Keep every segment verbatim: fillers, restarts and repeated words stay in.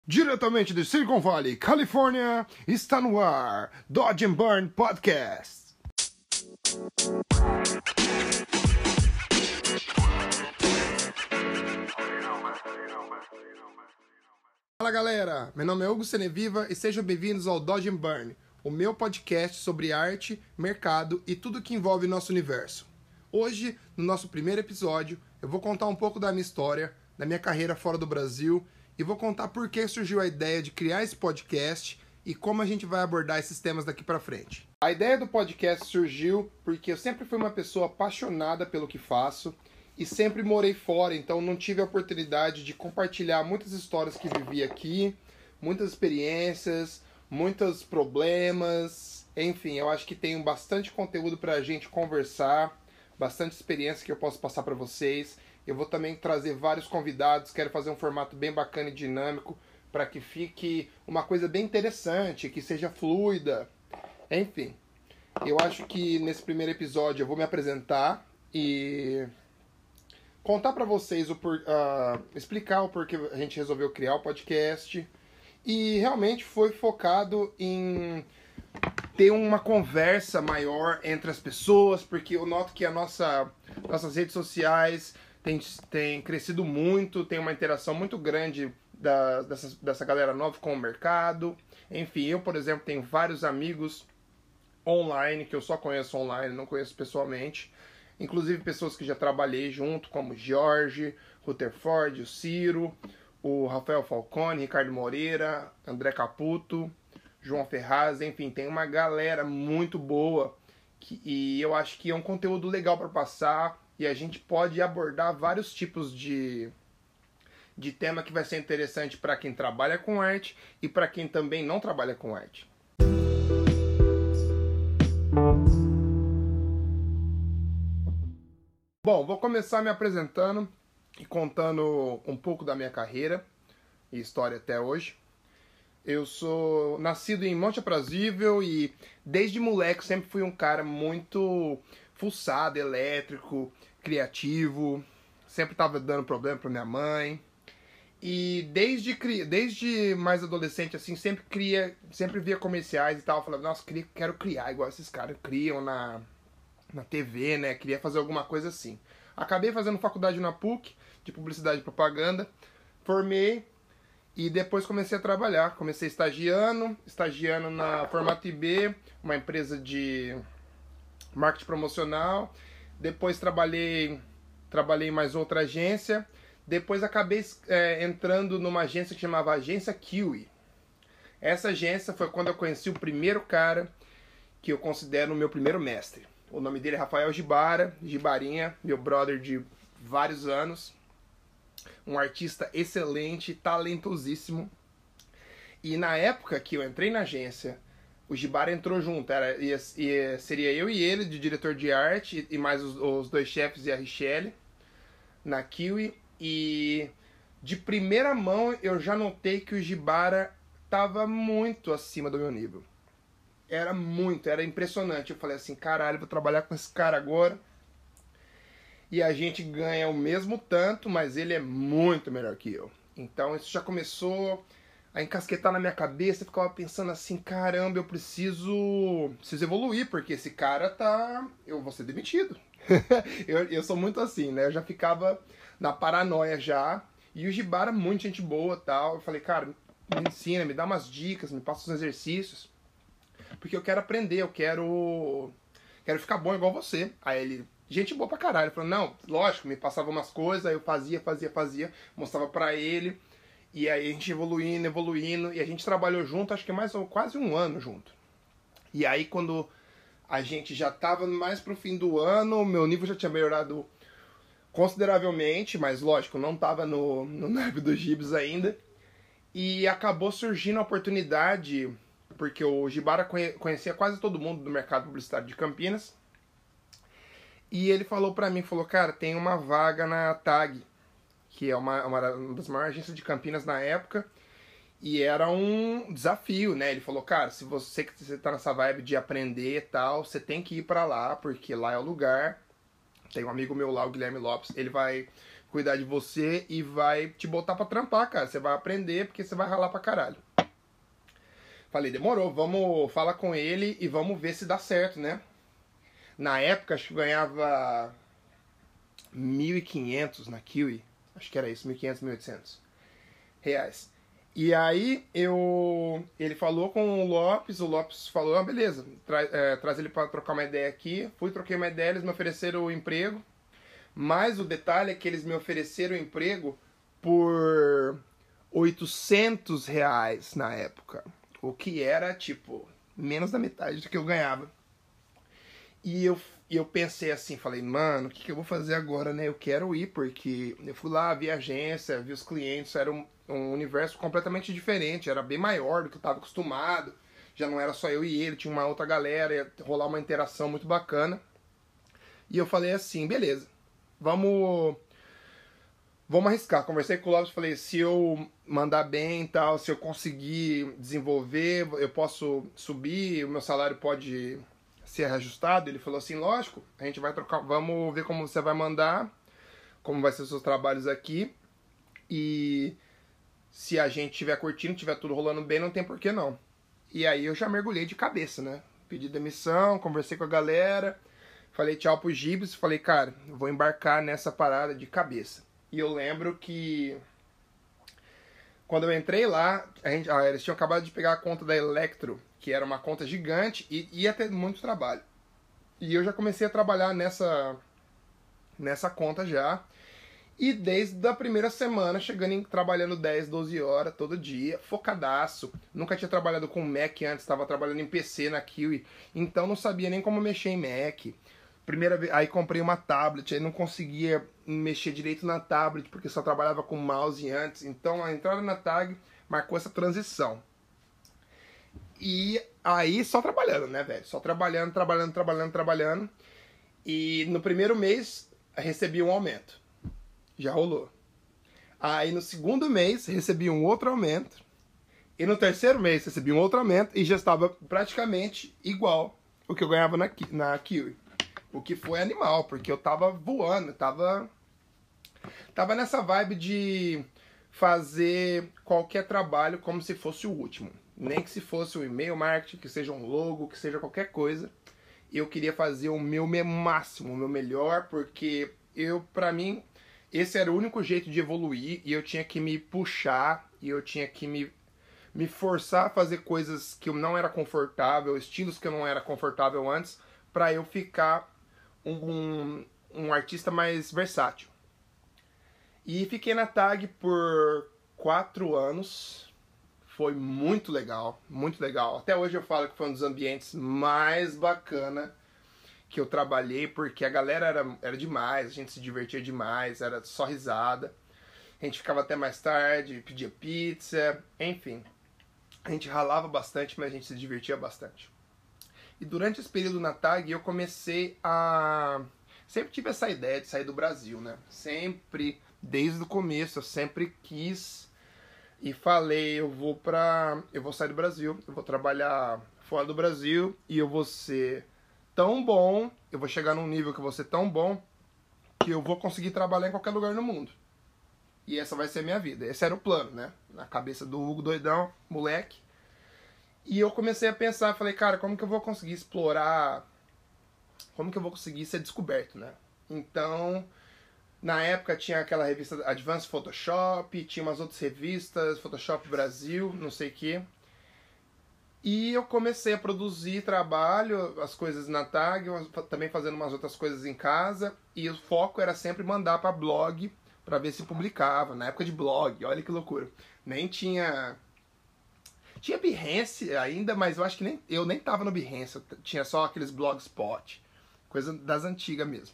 Diretamente de Silicon Valley, Califórnia, está no ar Dodge and Burn Podcast. Fala galera, meu nome é Hugo Seneviva e sejam bem-vindos ao Dodge and Burn, o meu podcast sobre arte, mercado e tudo que envolve nosso universo. Hoje, no nosso primeiro episódio, eu vou contar um pouco da minha história, da minha carreira fora do Brasil e vou contar por que surgiu a ideia de criar esse podcast e como a gente vai abordar esses temas daqui pra frente. A ideia do podcast surgiu porque eu sempre fui uma pessoa apaixonada pelo que faço e sempre morei fora, então não tive a oportunidade de compartilhar muitas histórias que vivi aqui, muitas experiências, muitos problemas, enfim, eu acho que tenho bastante conteúdo pra gente conversar, bastante experiência que eu posso passar pra vocês. Eu vou também trazer vários convidados, quero fazer um formato bem bacana e dinâmico para que fique uma coisa bem interessante, que seja fluida. Enfim, eu acho que nesse primeiro episódio eu vou me apresentar e contar para vocês, o por, uh, explicar o porquê a gente resolveu criar o podcast. E realmente foi focado em ter uma conversa maior entre as pessoas, porque eu noto que a nossa, nossas redes sociais Tem, tem crescido muito, tem uma interação muito grande da, dessa, dessa galera nova com o mercado. Enfim, eu, por exemplo, tenho vários amigos online, que eu só conheço online, não conheço pessoalmente. Inclusive pessoas que já trabalhei junto, como Jorge, Rutherford, o Ciro, o Rafael Falcone, Ricardo Moreira, André Caputo, João Ferraz, enfim, tem uma galera muito boa. Que, e eu acho que é um conteúdo legal para passar. E a gente pode abordar vários tipos de, de tema que vai ser interessante para quem trabalha com arte e para quem também não trabalha com arte. Bom, vou começar me apresentando e contando um pouco da minha carreira e história até hoje. Eu sou nascido em Monte Aprazível e desde moleque sempre fui um cara muito fuçado, elétrico, criativo, sempre estava dando problema para minha mãe. E desde, desde mais adolescente, assim, sempre cria, sempre via comerciais e tal, falava, nossa, queria, quero criar igual esses caras criam na, na T V, né? Queria fazer alguma coisa assim. Acabei fazendo faculdade na P U C, de Publicidade e Propaganda, formei e depois comecei a trabalhar. Comecei estagiando, estagiando na Formato I B, uma empresa de marketing promocional. Depois trabalhei, trabalhei em mais outra agência. Depois acabei é, entrando numa agência que chamava Agência Kiwi. Essa agência foi quando eu conheci o primeiro cara que eu considero o meu primeiro mestre. O nome dele é Rafael Gibara, Gibarinha, meu brother de vários anos. Um artista excelente, talentosíssimo. E na época que eu entrei na agência, o Gibara entrou junto, era, ia, ia, seria eu e ele, de diretor de arte, e, e mais os, os dois chefes e a Richelle, na Kiwi. E de primeira mão eu já notei que o Gibara estava muito acima do meu nível. Era muito, era impressionante. Eu falei assim, caralho, vou trabalhar com esse cara agora. E a gente ganha o mesmo tanto, mas ele é muito melhor que eu. Então isso já começou a encasquetar na minha cabeça, eu ficava pensando assim, caramba, eu preciso, preciso evoluir, porque esse cara tá, eu vou ser demitido. eu, eu sou muito assim, né, eu já ficava na paranoia já, e o Gibara, muito gente boa e tal, eu falei, cara, me ensina, me dá umas dicas, me passa uns exercícios, porque eu quero aprender, eu quero, quero ficar bom igual você. Aí ele, gente boa pra caralho, ele falou, não, lógico, me passava umas coisas, aí eu fazia, fazia, fazia, mostrava pra ele. E aí a gente evoluindo, evoluindo, e a gente trabalhou junto, acho que mais quase um ano junto. E aí quando a gente já estava mais pro fim do ano, meu nível já tinha melhorado consideravelmente, mas lógico, não estava no, no nível dos Gibs ainda. E acabou surgindo a oportunidade, porque o Gibara conhecia quase todo mundo do mercado publicitário de Campinas. E ele falou pra mim, falou, cara, tem uma vaga na Tag, que é uma, uma, uma das maiores agências de Campinas na época, e era um desafio, né? Ele falou, cara, se você que você tá nessa vibe de aprender e tal, você tem que ir pra lá, porque lá é o lugar. Tem um amigo meu lá, o Guilherme Lopes, ele vai cuidar de você e vai te botar pra trampar, cara. Você vai aprender porque você vai ralar pra caralho. Falei, demorou, vamos falar com ele e vamos ver se dá certo, né? Na época, acho que ganhava mil e quinhentos na Kiwi. Acho que era isso, mil e quinhentos, mil e oitocentos reais. E aí, eu, ele falou com o Lopes, o Lopes falou, ah, beleza, tra, é, traz ele pra trocar uma ideia aqui. Fui, troquei uma ideia, eles me ofereceram o emprego. Mas o detalhe é que eles me ofereceram o emprego por oitocentos reais na época. O que era, tipo, menos da metade do que eu ganhava. E eu, eu pensei assim, falei, mano, o que, que eu vou fazer agora, né? Eu quero ir, porque eu fui lá, vi a agência, vi os clientes, era um, um universo completamente diferente, era bem maior do que eu estava acostumado. Já não era só eu e ele, tinha uma outra galera, ia rolar uma interação muito bacana. E eu falei assim, beleza, vamos... Vamos arriscar. Conversei com o Lopes, falei, se eu mandar bem e tal, se eu conseguir desenvolver, eu posso subir, o meu salário pode ser reajustado. Ele falou assim, lógico, a gente vai trocar, vamos ver como você vai mandar, como vai ser os seus trabalhos aqui. E se a gente estiver curtindo, estiver tudo rolando bem, não tem por que não. E aí eu já mergulhei de cabeça, né? Pedi demissão, conversei com a galera, falei tchau pro Gibbs, falei, cara, eu vou embarcar nessa parada de cabeça. E eu lembro que quando eu entrei lá, a gente, ah, eles tinham acabado de pegar a conta da Electro, que era uma conta gigante e ia ter muito trabalho. E eu já comecei a trabalhar nessa, nessa conta já. E desde a primeira semana, chegando em, trabalhando dez, doze horas todo dia, focadaço. Nunca tinha trabalhado com Mac antes, estava trabalhando em P C na Kiwi, então não sabia nem como mexer em Mac. Primeira vez, aí comprei uma tablet, aí não conseguia mexer direito na tablet, porque só trabalhava com mouse antes. Então a entrada na tag marcou essa transição. E aí só trabalhando, né, velho? Só trabalhando, trabalhando, trabalhando, trabalhando. E no primeiro mês recebi um aumento. Já rolou. Aí no segundo mês recebi um outro aumento. E no terceiro mês recebi um outro aumento e já estava praticamente igual o que eu ganhava na, na Kiwi. O que foi animal, porque eu tava voando, tava, tava nessa vibe de fazer qualquer trabalho como se fosse o último. Nem que se fosse um e-mail marketing, que seja um logo, que seja qualquer coisa. Eu queria fazer o meu máximo, o meu melhor, porque eu, pra mim, esse era o único jeito de evoluir e eu tinha que me puxar e eu tinha que me, me forçar a fazer coisas que eu não era confortável, estilos que eu não era confortável antes, pra eu ficar Um, um artista mais versátil. E fiquei na tag por quatro anos. Foi muito legal, muito legal. Até hoje eu falo que foi um dos ambientes mais bacana que eu trabalhei, porque a galera era, era demais, a gente se divertia demais, era só risada. A gente ficava até mais tarde, pedia pizza, enfim. A gente ralava bastante, mas a gente se divertia bastante. E durante esse período na tag eu comecei a... Sempre tive essa ideia de sair do Brasil, né? Sempre, desde o começo, eu sempre quis e falei, eu vou pra... Eu vou sair do Brasil, eu vou trabalhar fora do Brasil e eu vou ser tão bom, eu vou chegar num nível que eu vou ser tão bom que eu vou conseguir trabalhar em qualquer lugar no mundo. E essa vai ser a minha vida. Esse era o plano, né? Na cabeça do Hugo doidão, moleque. E eu comecei a pensar, falei, cara, como que eu vou conseguir explorar, como que eu vou conseguir ser descoberto, né? Então, na época tinha aquela revista Advanced Photoshop, tinha umas outras revistas, Photoshop Brasil, não sei o quê. E eu comecei a produzir trabalho, as coisas na tag, também fazendo umas outras coisas em casa, e o foco era sempre mandar para blog, para ver se publicava, na época de blog, olha que loucura. Nem tinha... Tinha Behance ainda, mas eu acho que nem, eu nem tava no Behance, eu tinha só aqueles blogspot, coisa das antigas mesmo.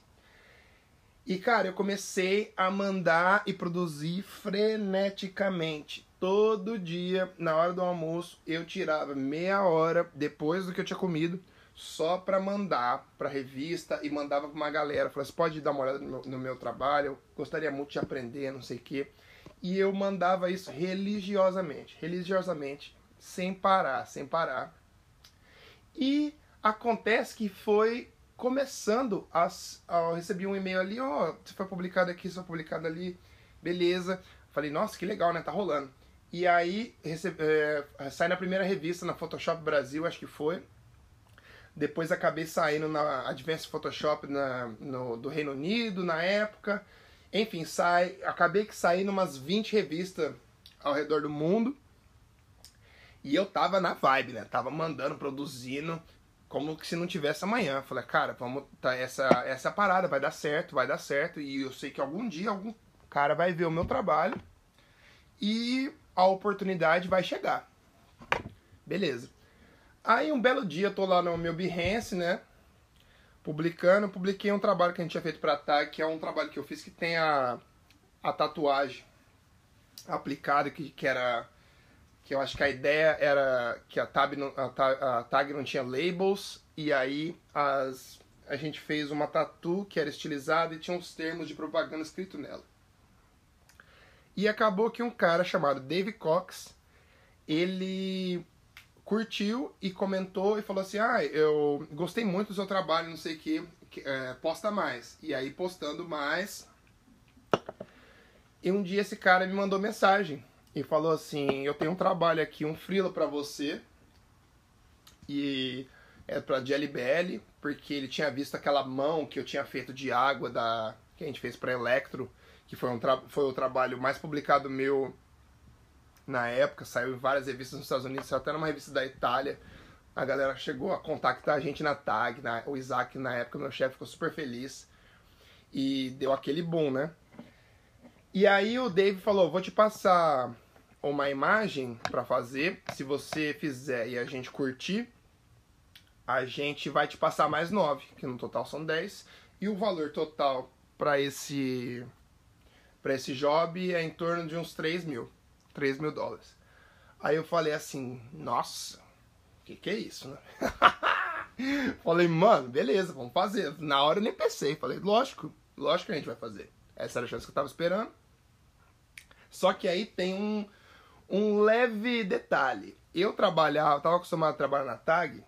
E cara, eu comecei a mandar e produzir freneticamente. Todo dia, na hora do almoço, eu tirava meia hora depois do que eu tinha comido, só pra mandar pra revista e mandava pra uma galera. Falei, você pode dar uma olhada no meu, no meu trabalho, eu gostaria muito de aprender, não sei o quê. E eu mandava isso religiosamente, religiosamente. Sem parar, sem parar. E acontece que foi começando a, a eu recebi um e-mail ali, ó, oh, você foi publicado aqui, você foi publicado ali, beleza. Falei, nossa, que legal, né? Tá rolando. E aí, recebe, é, sai na primeira revista, na Photoshop Brasil, acho que foi. Depois acabei saindo na Advanced Photoshop na, no, do Reino Unido, na época. Enfim, sai, acabei que saí em umas vinte revistas ao redor do mundo. E eu tava na vibe, né? Tava mandando, produzindo, como se não tivesse amanhã. Falei, cara, vamos, tá, essa, essa parada vai dar certo, vai dar certo. E eu sei que algum dia algum cara vai ver o meu trabalho e a oportunidade vai chegar. Beleza. Aí um belo dia eu tô lá no meu Behance, né? Publicando, publiquei um trabalho que a gente tinha feito pra Tag, que é um trabalho que eu fiz que tem a, a tatuagem aplicada, que, que era... que eu acho que a ideia era que a, tab não, a, tag, a tag não tinha labels, e aí as, a gente fez uma tatu que era estilizada e tinha uns termos de propaganda escrito nela. E acabou que um cara chamado Dave Cox, ele curtiu e comentou e falou assim, ah, eu gostei muito do seu trabalho, não sei o que, é, posta mais. E aí postando mais, e um dia esse cara me mandou mensagem e falou assim, eu tenho um trabalho aqui, um freela pra você, e é pra J L B L, porque ele tinha visto aquela mão que eu tinha feito de água da que a gente fez pra Electro, que foi, um tra foi o trabalho mais publicado meu na época, saiu em várias revistas nos Estados Unidos, saiu até numa revista da Itália. A galera chegou a contactar a gente na Tag, na, o Isaac na época, meu chefe, ficou super feliz e deu aquele boom, né? E aí o Dave falou, vou te passar uma imagem pra fazer, se você fizer e a gente curtir, a gente vai te passar mais nove, que no total são dez, e o valor total para esse para esse job é em torno de uns três mil dólares. Aí eu falei assim, nossa, que que é isso, né? Falei, mano, beleza, vamos fazer. Na hora eu nem pensei, falei, lógico, lógico que a gente vai fazer. Essa era a chance que eu tava esperando. Só que aí tem um, um leve detalhe. Eu trabalhava, tava acostumado a trabalhar na Tag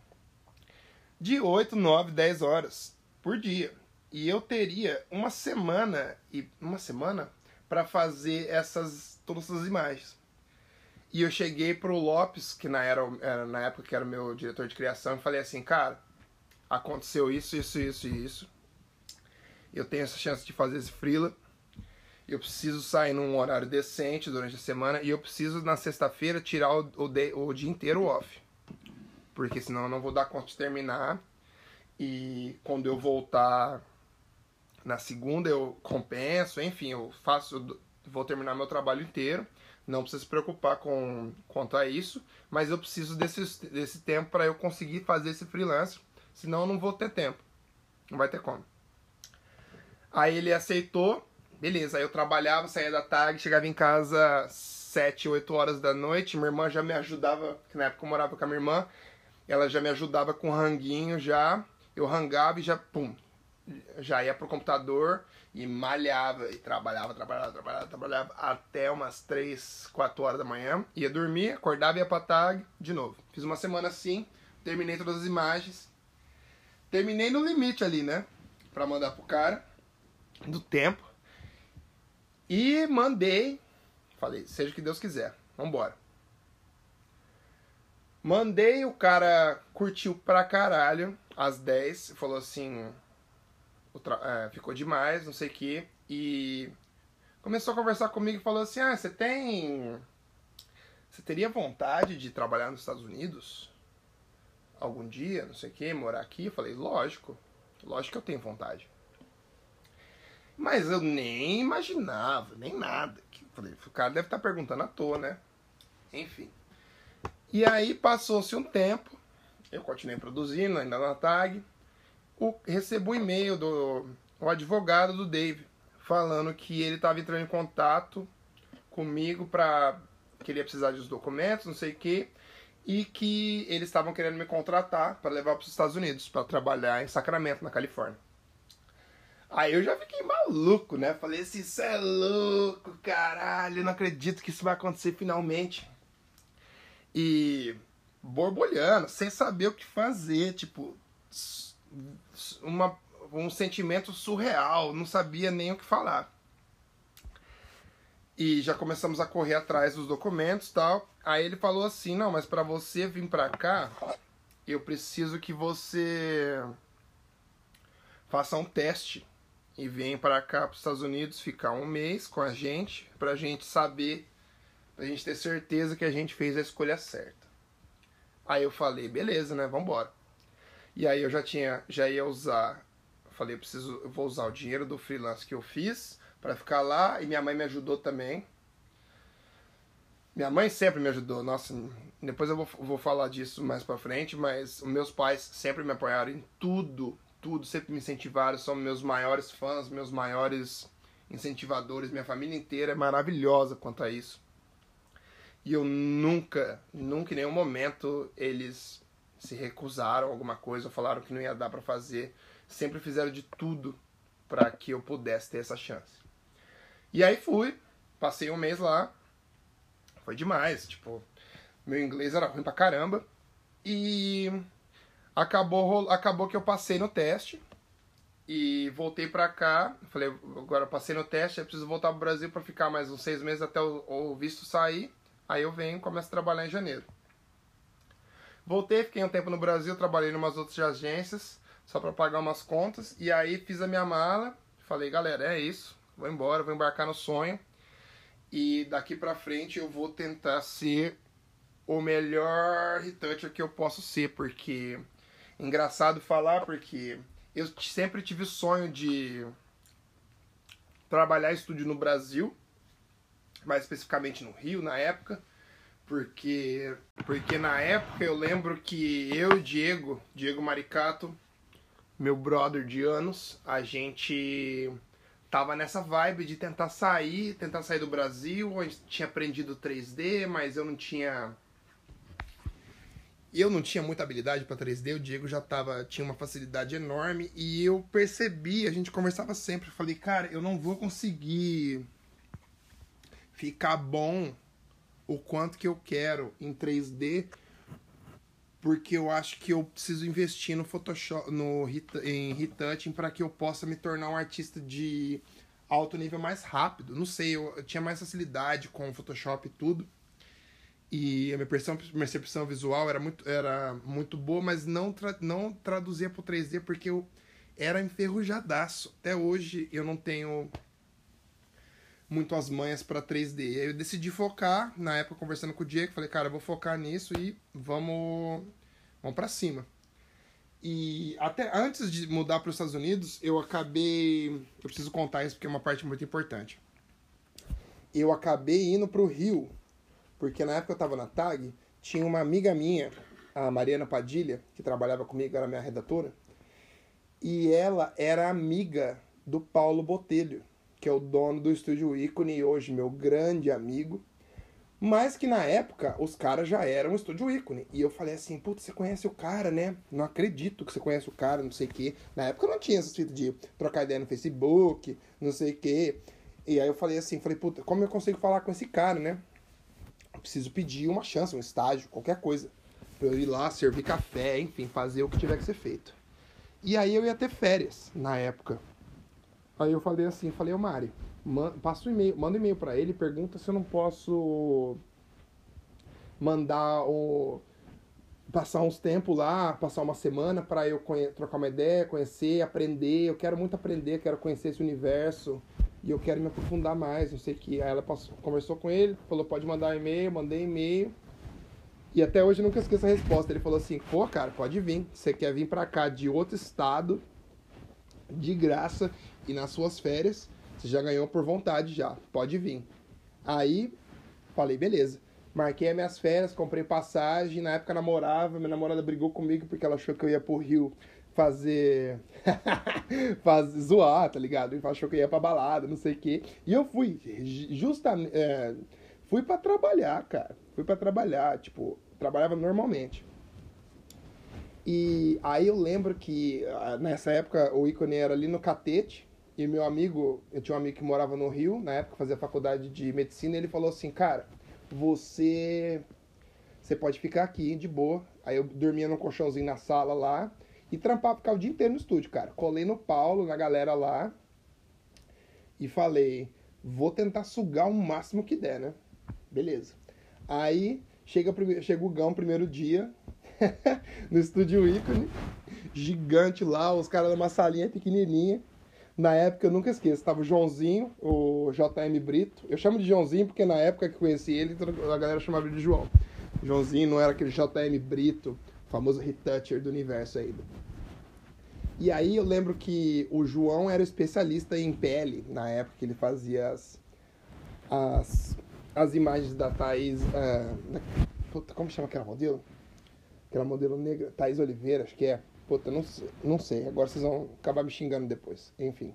de oito, nove, dez horas por dia. E eu teria uma semana e uma semana para fazer essas todas essas imagens. E eu cheguei pro Lopes, que na, era, era, na época que era o meu diretor de criação, e falei assim, cara, aconteceu isso, isso, isso e isso. Eu tenho essa chance de fazer esse freela. Eu preciso sair num horário decente durante a semana e eu preciso na sexta-feira tirar o, o, day, o dia inteiro off. Porque senão eu não vou dar conta de terminar. E quando eu voltar na segunda eu compenso, enfim, eu faço, eu vou terminar meu trabalho inteiro. Não precisa se preocupar com quanto a isso, mas eu preciso desse, desse tempo para eu conseguir fazer esse freelance, senão eu não vou ter tempo. Não vai ter como. Aí ele aceitou, beleza, aí eu trabalhava, saía da Tag, chegava em casa sete, oito horas da noite, minha irmã já me ajudava, que na época eu morava com a minha irmã, ela já me ajudava com ranguinho já, eu rangava e já, pum, já ia pro computador e malhava, e trabalhava, trabalhava, trabalhava, trabalhava, até umas três, quatro horas da manhã, ia dormir, acordava e ia pra Tag, de novo. Fiz uma semana assim, terminei todas as imagens, terminei no limite ali, né, pra mandar pro cara, do tempo, e mandei, falei, seja o que Deus quiser, vambora. Mandei, o cara curtiu pra caralho, às dez, falou assim, é, ficou demais, não sei o que, e começou a conversar comigo e falou assim, ah, você tem, você teria vontade de trabalhar nos Estados Unidos? Algum dia, não sei o que, morar aqui? Eu falei, lógico, lógico que eu tenho vontade. Mas eu nem imaginava, nem nada. Falei, o cara deve estar perguntando à toa, né? Enfim. E aí passou-se um tempo, eu continuei produzindo, ainda na Tag, o, recebo um e-mail do o advogado do Dave, falando que ele estava entrando em contato comigo para que ele ia precisar dos documentos, não sei o que, e que eles estavam querendo me contratar para levar para os Estados Unidos, para trabalhar em Sacramento, na Califórnia. Aí eu já fiquei maluco, né? Falei assim, isso é louco, caralho, eu não acredito que isso vai acontecer finalmente. E borbulhando, sem saber o que fazer, tipo, uma, um sentimento surreal, não sabia nem o que falar. E já começamos a correr atrás dos documentos e tal. Aí ele falou assim, não, mas para você vir para cá, eu preciso que você faça um teste e venha para cá, para os Estados Unidos, ficar um mês com a gente, pra gente saber, pra gente ter certeza que a gente fez a escolha certa. Aí eu falei, beleza, né, vambora. E aí eu já tinha, já ia usar, falei, eu preciso, eu vou usar o dinheiro do freelance que eu fiz para ficar lá, e minha mãe me ajudou também. Minha mãe sempre me ajudou, nossa, depois eu vou, vou falar disso mais pra frente, mas os meus pais sempre me apoiaram em tudo, tudo, sempre me incentivaram, são meus maiores fãs, meus maiores incentivadores, minha família inteira é maravilhosa quanto a isso. E eu nunca, nunca em nenhum momento eles se recusaram a alguma coisa, falaram que não ia dar pra fazer, sempre fizeram de tudo pra que eu pudesse ter essa chance. E aí fui, passei um mês lá, foi demais, tipo, meu inglês era ruim pra caramba, e acabou, acabou que eu passei no teste, e voltei pra cá, falei, agora eu passei no teste, eu preciso voltar pro Brasil pra ficar mais uns seis meses até o, o visto sair, aí eu venho e começo a trabalhar em janeiro. Voltei, fiquei um tempo no Brasil, trabalhei em umas outras agências, só pra pagar umas contas, e aí fiz a minha mala, falei, galera, é isso, vou embora, vou embarcar no sonho, e daqui pra frente eu vou tentar ser o melhor retoucher que eu posso ser, porque, engraçado falar, porque eu sempre tive o sonho de trabalhar em estúdio no Brasil, mais especificamente no Rio, na época, porque, porque na época eu lembro que eu e Diego, Diego Maricato, meu brother de anos, a gente tava nessa vibe de tentar sair, tentar sair do Brasil, a gente tinha aprendido três D, mas eu não tinha... Eu não tinha muita habilidade para três D, o Diego já tava, tinha uma facilidade enorme, e eu percebi, a gente conversava sempre, eu falei, cara, eu não vou conseguir ficar bom o quanto que eu quero em três D, porque eu acho que eu preciso investir no Photoshop, no, em retouching, para que eu possa me tornar um artista de alto nível mais rápido. Não sei, eu, eu tinha mais facilidade com o Photoshop e tudo. E a minha percepção, minha percepção visual era muito, era muito boa, mas não, tra, não traduzia para o três D porque eu era enferrujadaço. Até hoje eu não tenho muito as manhas para três D. E aí eu decidi focar, na época conversando com o Diego, falei, cara, eu vou focar nisso e vamos, vamos para cima. E até antes de mudar para os Estados Unidos, eu acabei, eu preciso contar isso porque é uma parte muito importante. Eu acabei indo para o Rio, porque na época eu estava na T A G, tinha uma amiga minha, a Mariana Padilha, que trabalhava comigo, era minha redatora, e ela era amiga do Paulo Botelho, que é o dono do Estúdio Ícone e hoje meu grande amigo, mas que na época os caras já eram Estúdio Ícone. E eu falei assim, putz, você conhece o cara, né? Não acredito que você conhece o cara, não sei o quê. Na época não tinha essas fitas de trocar ideia no Facebook, não sei o quê. E aí eu falei assim, falei, puta, como eu consigo falar com esse cara, né? Eu preciso pedir uma chance, um estágio, qualquer coisa. Pra eu ir lá, servir café, enfim, fazer o que tiver que ser feito. E aí eu ia ter férias na época. Aí eu falei assim, falei, ô Mari, man, passa um e-mail, manda um e-mail pra ele e pergunta se eu não posso mandar o... passar uns tempos lá, passar uma semana pra eu conhe- trocar uma ideia, conhecer, aprender. Eu quero muito aprender, quero conhecer esse universo e eu quero me aprofundar mais, não sei o que. Aí ela passou, conversou com ele, falou, pode mandar um e-mail, mandei e-mail. E até hoje eu nunca esqueço a resposta. Ele falou assim, pô, cara, pode vir. Você quer vir pra cá de outro estado, de graça, e nas suas férias, você já ganhou por vontade já, pode vir. Aí, falei, beleza. Marquei as minhas férias, comprei passagem, na época namorava, minha namorada brigou comigo porque ela achou que eu ia pro Rio fazer... fazer zoar, tá ligado? Ela achou que eu ia pra balada, não sei o quê. E eu fui, justamente... É, fui pra trabalhar, cara. Fui pra trabalhar, tipo, trabalhava normalmente. E aí eu lembro que nessa época o Ícone era ali no Catete, e meu amigo, eu tinha um amigo que morava no Rio, na época fazia faculdade de medicina, e ele falou assim, cara, você você pode ficar aqui de boa. Aí eu dormia num colchãozinho na sala lá, E trampava, ficava o dia inteiro no estúdio, cara. Colei no Paulo, na galera lá, e falei, vou tentar sugar o máximo que der, né? Beleza. Aí, chega, chega o Gão, primeiro dia, no estúdio Ícone, gigante lá, os caras numa salinha pequenininha. Na época, eu nunca esqueço, tava o Joãozinho, o J M Brito. Eu chamo de Joãozinho porque na época que eu conheci ele, a galera chamava ele de João. O Joãozinho não era aquele J M Brito, o famoso retoucher do universo ainda. E aí eu lembro que o João era especialista em pele, na época que ele fazia as, as, as imagens da Thaís... Uh, puta, como chama aquela modelo? Aquela modelo negra, Thaís Oliveira, acho que é. Puta, não sei, não sei, agora vocês vão acabar me xingando depois. Enfim.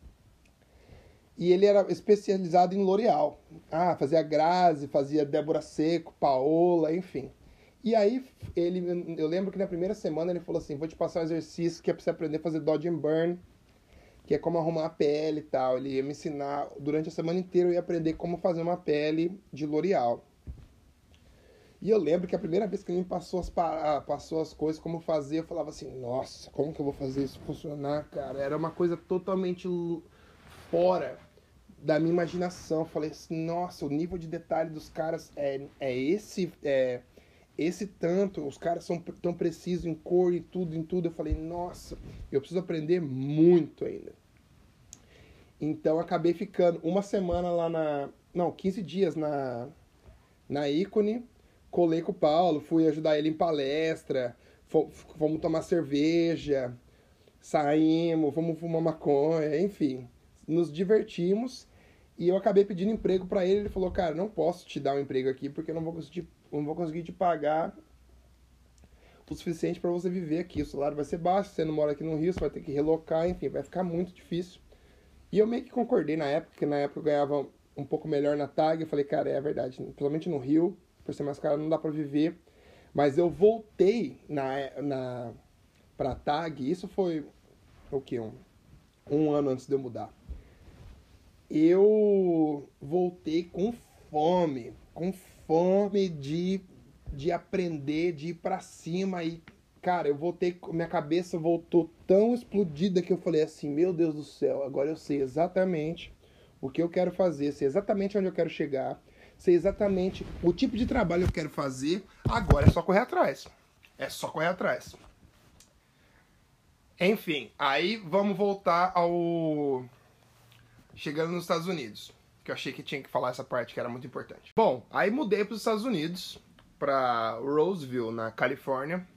E ele era especializado em L'Oreal. Ah, fazia Grazi, fazia Débora Seco, Paola, enfim. E aí, ele, eu lembro que na primeira semana ele falou assim, vou te passar um exercício que é pra você aprender a fazer Dodge and Burn, que é como arrumar a pele e tal. Ele ia me ensinar, durante a semana inteira eu ia aprender como fazer uma pele de L'Oreal. E eu lembro que a primeira vez que ele me passou as, passou as coisas, como fazer, eu falava assim, nossa, como que eu vou fazer isso funcionar, cara? Era uma coisa totalmente fora da minha imaginação. Eu falei assim, nossa, o nível de detalhe dos caras é, é esse, é, esse tanto, os caras são tão precisos em cor e tudo, em tudo. Eu falei, nossa, eu preciso aprender muito ainda. Então, acabei ficando uma semana lá na... Não, quinze dias na, na Ícone. Colei com o Paulo, fui ajudar ele em palestra, fomos tomar cerveja, saímos, fomos fumar maconha, enfim. Nos divertimos e eu acabei pedindo emprego pra ele. Ele falou, cara, não posso te dar um emprego aqui porque eu não vou conseguir, não vou conseguir te pagar o suficiente pra você viver aqui. O salário vai ser baixo, você não mora aqui no Rio, você vai ter que relocar, enfim, vai ficar muito difícil. E eu meio que concordei na época, porque na época eu ganhava um pouco melhor na Tag. Eu falei, cara, é verdade, principalmente no Rio, por ser mais caro, não dá pra viver. Mas eu voltei na, na, pra Tag, isso foi o quê? Um, um ano antes de eu mudar. Eu voltei com fome, com fome de, de aprender, de ir pra cima. E, cara, eu voltei, minha cabeça voltou tão explodida que eu falei assim, meu Deus do céu, agora eu sei exatamente o que eu quero fazer, sei exatamente onde eu quero chegar, sei exatamente o tipo de trabalho que eu quero fazer, agora é só correr atrás. É só correr atrás. Enfim, aí vamos voltar ao... Chegando nos Estados Unidos, que eu achei que tinha que falar essa parte que era muito importante. Bom, aí mudei para os Estados Unidos, para Roseville, na Califórnia,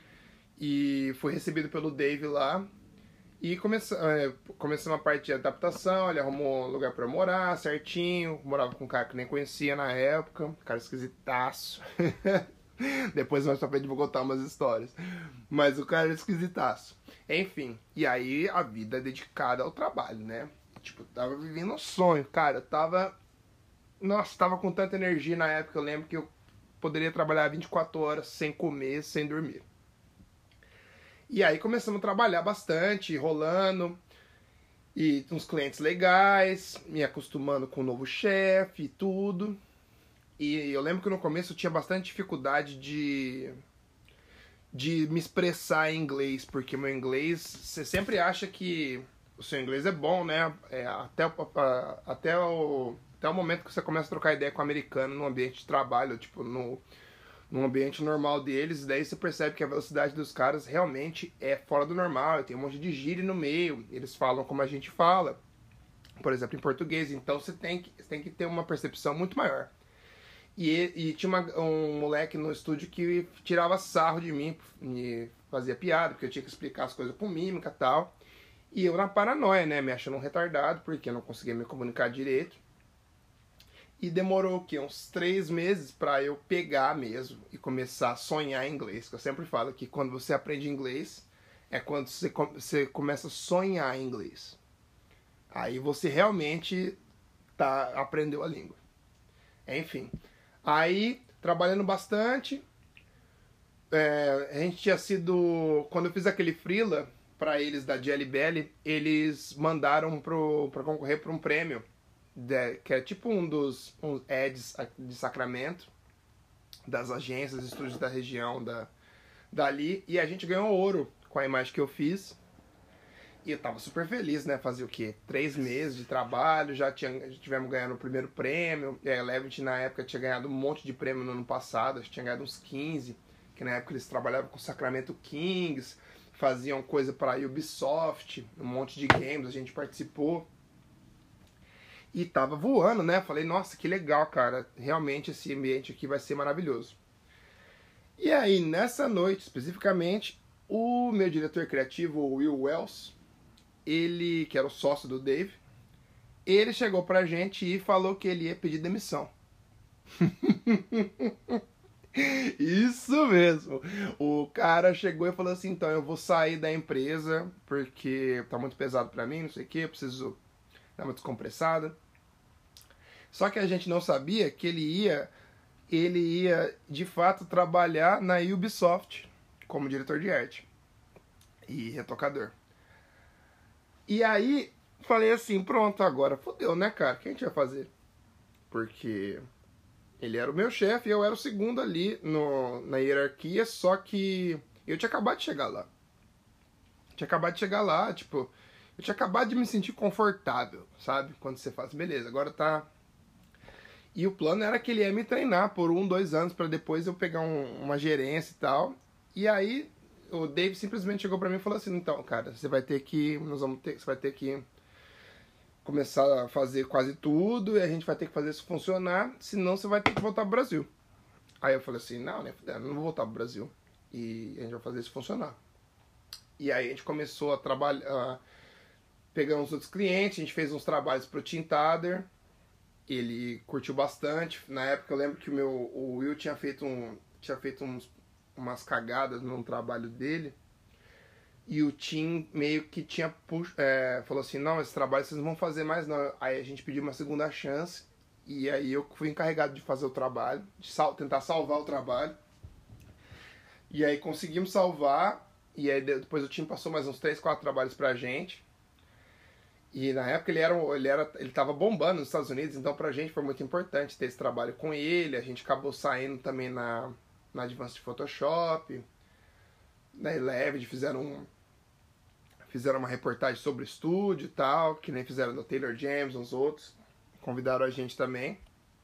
e fui recebido pelo Dave lá. E comece, é, comecei uma parte de adaptação, ele arrumou um lugar pra eu morar certinho, morava com um cara que nem conhecia na época, um cara esquisitaço. Depois mais pra frente vou contar umas histórias. Mas o cara era esquisitaço. Enfim, e aí a vida é dedicada ao trabalho, né? Tipo, tava vivendo um sonho, cara, eu tava... Nossa, tava com tanta energia na época, eu lembro que eu poderia trabalhar vinte e quatro horas sem comer, sem dormir. E aí começamos a trabalhar bastante, rolando, e uns clientes legais, me acostumando com o novo chefe e tudo. E eu lembro que no começo eu tinha bastante dificuldade de, de me expressar em inglês, porque meu inglês, você sempre acha que o seu inglês é bom, né? É, até, a, até, o, até o momento que você começa a trocar ideia com o americano no ambiente de trabalho, tipo, no... num ambiente normal deles, daí você percebe que a velocidade dos caras realmente é fora do normal, tem um monte de gíria no meio, eles falam como a gente fala, por exemplo, em português, então você tem que, você tem que ter uma percepção muito maior. E, e tinha uma, um moleque no estúdio que tirava sarro de mim, me fazia piada, porque eu tinha que explicar as coisas com mímica e tal, e eu na paranoia, né, me achando um retardado, porque eu não conseguia me comunicar direito. E demorou o quê? Uns três meses pra eu pegar mesmo e começar a sonhar em inglês. Que eu sempre falo que quando você aprende inglês, é quando você, você começa a sonhar em inglês. Aí você realmente tá, aprendeu a língua. Enfim. Aí, trabalhando bastante, é, a gente tinha sido... Quando eu fiz aquele freela pra eles da Jelly Belly, eles mandaram pro, pra concorrer pra um prêmio. De, que é tipo um dos um ads de Sacramento, das agências, estúdios da região da, dali, e a gente ganhou ouro com a imagem que eu fiz. E eu tava super feliz, né? Fazia o quê? Três meses de trabalho, já, tinha, já tivemos ganhando o primeiro prêmio. E a Elevate na época tinha ganhado um monte de prêmio no ano passado, acho que tinha ganhado uns quinze, que na época eles trabalhavam com o Sacramento Kings, faziam coisa para Ubisoft, um monte de games, a gente participou. E tava voando, né? Falei, nossa, que legal, cara. Realmente esse ambiente aqui vai ser maravilhoso. E aí, nessa noite, especificamente, o meu diretor criativo, o Will Wells, ele, que era o sócio do Dave, ele chegou pra gente e falou que ele ia pedir demissão. Isso mesmo. O cara chegou e falou assim, então, eu vou sair da empresa porque tá muito pesado pra mim, não sei o que, eu preciso dar uma descompressada. Só que a gente não sabia que ele ia, ele ia de fato trabalhar na Ubisoft como diretor de arte e retocador. E aí falei assim, pronto, agora fodeu, né, cara? O que a gente vai fazer? Porque ele era o meu chefe e eu era o segundo ali no, na hierarquia, só que eu tinha acabado de chegar lá. Tinha acabado de chegar lá, tipo, eu tinha acabado de me sentir confortável, sabe? Quando você faz, beleza, agora tá... E o plano era que ele ia me treinar por um, dois anos para depois eu pegar um, uma gerência e tal. E aí o Dave simplesmente chegou para mim e falou assim, então, cara, você vai ter que, nós vamos ter, você vai ter que começar a fazer quase tudo e a gente vai ter que fazer isso funcionar, senão você vai ter que voltar pro Brasil. Aí eu falei assim, não, né, eu não vou voltar pro Brasil e a gente vai fazer isso funcionar. E aí a gente começou a trabalhar, pegamos outros clientes, a gente fez uns trabalhos pro Tim Tader. Ele curtiu bastante. Na época eu lembro que o meu o Will tinha feito, um, tinha feito uns, umas cagadas num trabalho dele. E o Tim meio que tinha puxo, é, falou assim, não, esse trabalho vocês não vão fazer mais não. Aí a gente pediu uma segunda chance. E aí eu fui encarregado de fazer o trabalho, de sal, tentar salvar o trabalho. E aí conseguimos salvar. E aí depois o Tim passou mais uns três, quatro trabalhos pra gente. E na época ele era, ele era, ele tava bombando nos Estados Unidos, então pra gente foi muito importante ter esse trabalho com ele. A gente acabou saindo também na, na Advanced Photoshop, na Eleven, fizeram, um, fizeram uma reportagem sobre o estúdio e tal, que nem fizeram do Taylor James, uns outros. Convidaram a gente também.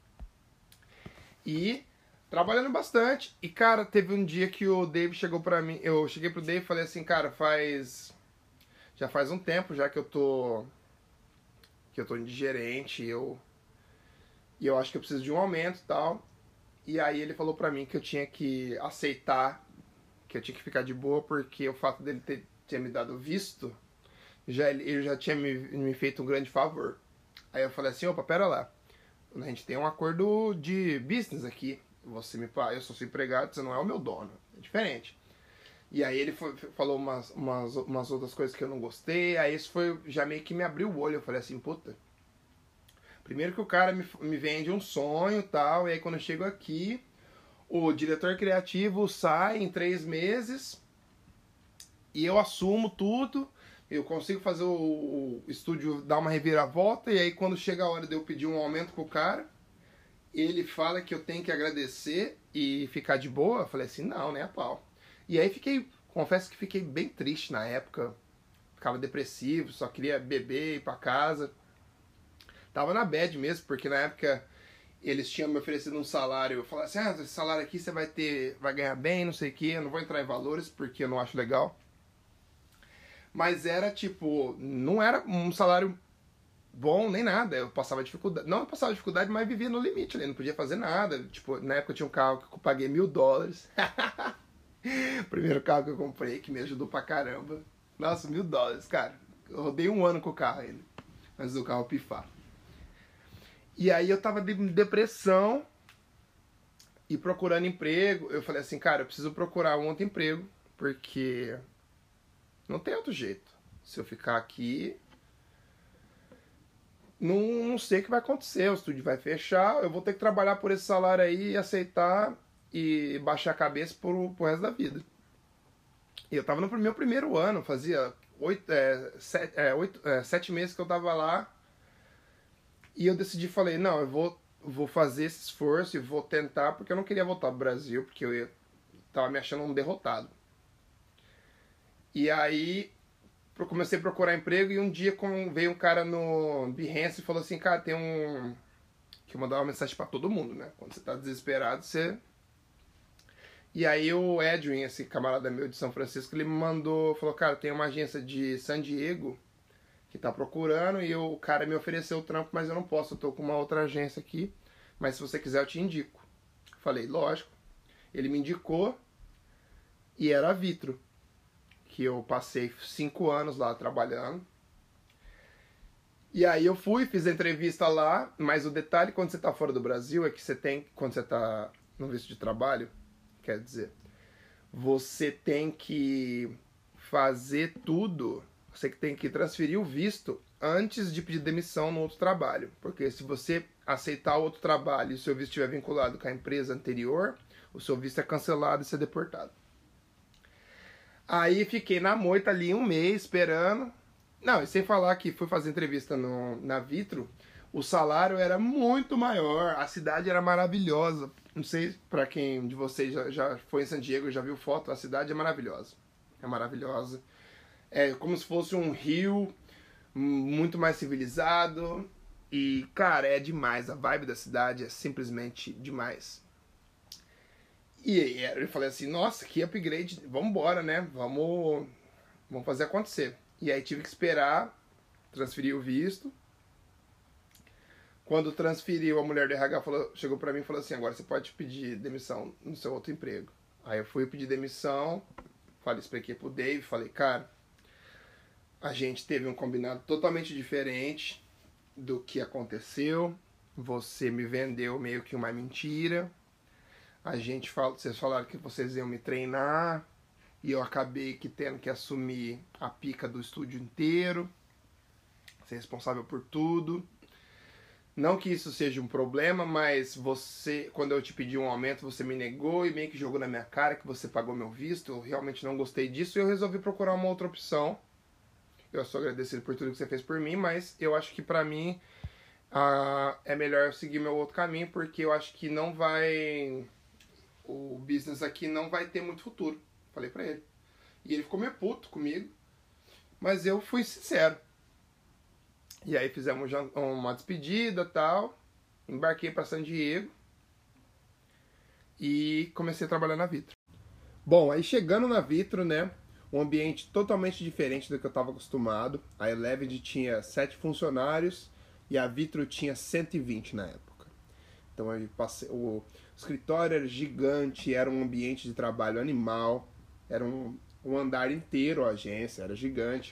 E trabalhando bastante. E cara, teve um dia que o Dave chegou pra mim, eu cheguei pro Dave e falei assim, cara, faz... Já faz um tempo já que eu tô... que eu tô de gerente, e eu, e eu acho que eu preciso de um aumento e tal. E aí ele falou pra mim que eu tinha que aceitar, que eu tinha que ficar de boa, porque o fato dele ter, ter me dado visto, já, ele já tinha me, me feito um grande favor. Aí eu falei assim, opa, pera lá, a gente tem um acordo de business aqui, você me eu sou seu empregado, você não é o meu dono, é diferente. E aí ele foi, falou umas, umas, umas outras coisas que eu não gostei, aí isso foi, já meio que me abriu o olho, eu falei assim, puta, primeiro que o cara me, me vende um sonho e tal, e aí quando eu chego aqui, o diretor criativo sai em três meses, e eu assumo tudo, eu consigo fazer o, o estúdio dar uma reviravolta, e aí quando chega a hora de eu pedir um aumento pro cara, ele fala que eu tenho que agradecer e ficar de boa, eu falei assim, não, né, a pau. E aí fiquei, confesso que fiquei bem triste na época, ficava depressivo, só queria beber, ir pra casa. Tava na bad mesmo, porque na época eles tinham me oferecido um salário, eu falei assim, ah, esse salário aqui você vai ter, vai ganhar bem, não sei o que, eu não vou entrar em valores porque eu não acho legal. Mas era tipo, não era um salário bom nem nada, eu passava dificuldade, não eu passava dificuldade, mas vivia no limite ali, não podia fazer nada. Tipo, na época eu tinha um carro que eu paguei mil dólares. Primeiro carro que eu comprei, que me ajudou pra caramba. Nossa, mil dólares, cara. Eu rodei um ano com o carro ainda, antes do carro pifar. E aí eu tava de depressão e procurando emprego. Eu falei assim, cara, eu preciso procurar um outro emprego, porque não tem outro jeito. Se eu ficar aqui, não, não sei o que vai acontecer. O estúdio vai fechar, eu vou ter que trabalhar por esse salário aí e aceitar e baixar a cabeça pro, pro resto da vida. E eu tava no meu primeiro ano, fazia oito, é, sete, é, oito, é, sete meses que eu tava lá. E eu decidi, falei, não, eu vou, vou fazer esse esforço e vou tentar, porque eu não queria voltar pro Brasil, porque eu ia, tava me achando um derrotado. E aí eu comecei a procurar emprego e um dia veio um cara no Behance e falou assim, cara, tem um... que eu mandava uma mensagem pra todo mundo, né? Quando você tá desesperado, você... E aí o Edwin, esse camarada meu de São Francisco, ele me mandou, falou, cara, tem uma agência de San Diego que tá procurando e o cara me ofereceu o trampo, mas eu não posso, eu tô com uma outra agência aqui, mas se você quiser eu te indico. Falei, lógico. Ele me indicou e era a Vitro, que eu passei cinco anos lá trabalhando. E aí eu fui, fiz a entrevista lá, mas o detalhe quando você tá fora do Brasil é que você tem, quando você tá no visto de trabalho, quer dizer, você tem que fazer tudo, você tem que transferir o visto antes de pedir demissão no outro trabalho. Porque se você aceitar outro trabalho e o seu visto estiver vinculado com a empresa anterior, o seu visto é cancelado e você é deportado. Aí fiquei na moita ali um mês esperando. Não, e sem falar que fui fazer entrevista no, na Vitro, o salário era muito maior, a cidade era maravilhosa. Não sei pra quem de vocês já, já foi em San Diego, já viu foto, a cidade é maravilhosa. É maravilhosa. É como se fosse um rio muito mais civilizado. E, cara, é demais. A vibe da cidade é simplesmente demais. E aí eu falei assim, nossa, que upgrade, vamos embora, né? Vamos, vamos fazer acontecer. E aí tive que esperar transferir o visto. Quando transferiu, a mulher do R H falou, chegou pra mim e falou assim, agora você pode pedir demissão no seu outro emprego. Aí eu fui pedir demissão, falei, expliquei pro Dave, falei, cara, a gente teve um combinado totalmente diferente do que aconteceu. Você me vendeu meio que uma mentira. A gente fala, vocês falaram que vocês iam me treinar e eu acabei que tendo que assumir a pica do estúdio inteiro, ser responsável por tudo. Não que isso seja um problema, mas você, quando eu te pedi um aumento, você me negou e meio que jogou na minha cara que você pagou meu visto. Eu realmente não gostei disso e eu resolvi procurar uma outra opção. Eu sou agradecido por tudo que você fez por mim, mas eu acho que pra mim uh, é melhor eu seguir meu outro caminho, porque eu acho que não vai... o business aqui não vai ter muito futuro. Falei pra ele. E ele ficou meio puto comigo, mas eu fui sincero. E aí fizemos uma despedida e tal, embarquei para San Diego e comecei a trabalhar na Vitro. Bom, aí chegando na Vitro, né, um ambiente totalmente diferente do que eu estava acostumado. A Eleven tinha sete funcionários e a Vitro tinha cento e vinte na época. Então eu passei, o escritório era gigante, era um ambiente de trabalho animal, era um, um andar inteiro a agência, era gigante.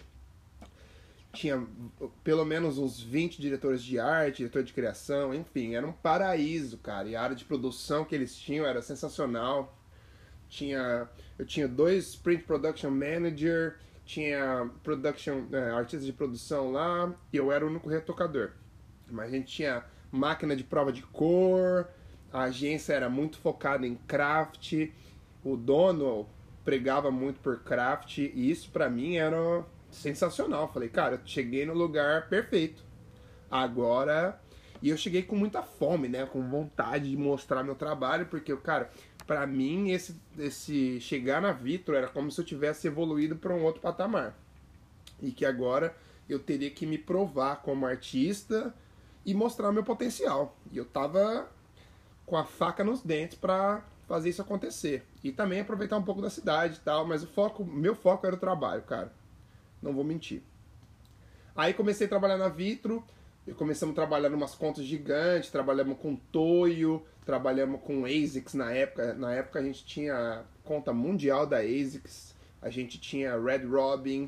Tinha pelo menos uns vinte diretores de arte, diretor de criação, enfim, era um paraíso, cara. E a área de produção que eles tinham era sensacional. Tinha, eu tinha dois print production manager, tinha production, é, artistas de produção lá, e eu era o único retocador. Mas a gente tinha máquina de prova de cor, a agência era muito focada em craft, o dono pregava muito por craft, e isso pra mim era sensacional. Falei, cara, eu cheguei no lugar perfeito. Agora... E eu cheguei com muita fome, né? Com vontade de mostrar meu trabalho, porque, cara, pra mim, esse, esse chegar na Vitro era como se eu tivesse evoluído para um outro patamar. E que agora eu teria que me provar como artista e mostrar meu potencial. E eu tava com a faca nos dentes pra fazer isso acontecer. E também aproveitar um pouco da cidade e tal, mas o foco, meu foco era o trabalho, cara. Não vou mentir. Aí comecei a trabalhar na Vitro, e começamos a trabalhar em umas contas gigantes, trabalhamos com Toyo, trabalhamos com ASICS na época. Na época a gente tinha conta mundial da ASICS, a gente tinha Red Robin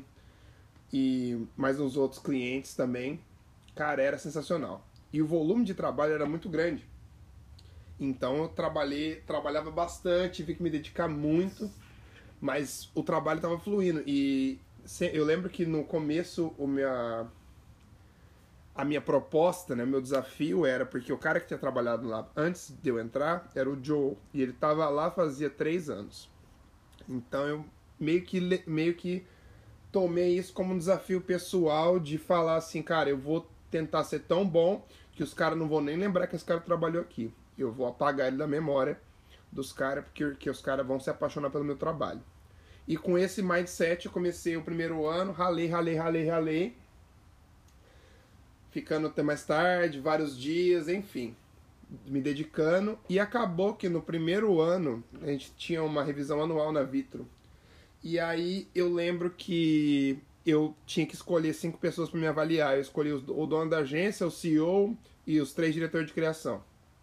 e mais uns outros clientes também. Cara, era sensacional. E o volume de trabalho era muito grande. Então eu trabalhei, trabalhava bastante, tive que me dedicar muito, mas o trabalho estava fluindo. E eu lembro que no começo o minha, a minha proposta, né, meu desafio era, porque o cara que tinha trabalhado lá antes de eu entrar era o Joe, e ele estava lá fazia três anos. Então eu meio que, meio que tomei isso como um desafio pessoal de falar assim, cara, eu vou tentar ser tão bom que os caras não vão nem lembrar que esse cara trabalhou aqui. Eu vou apagar ele da memória dos caras, porque, porque os caras vão se apaixonar pelo meu trabalho. E com esse mindset eu comecei o primeiro ano, ralei, ralei, ralei, ralei. Ficando até mais tarde, vários dias, enfim. Me dedicando. E acabou que no primeiro ano, a gente tinha uma revisão anual na Vitro. E aí eu lembro que eu tinha que escolher cinco pessoas para me avaliar. Eu escolhi o dono da agência, o C E O e os três diretores de criação.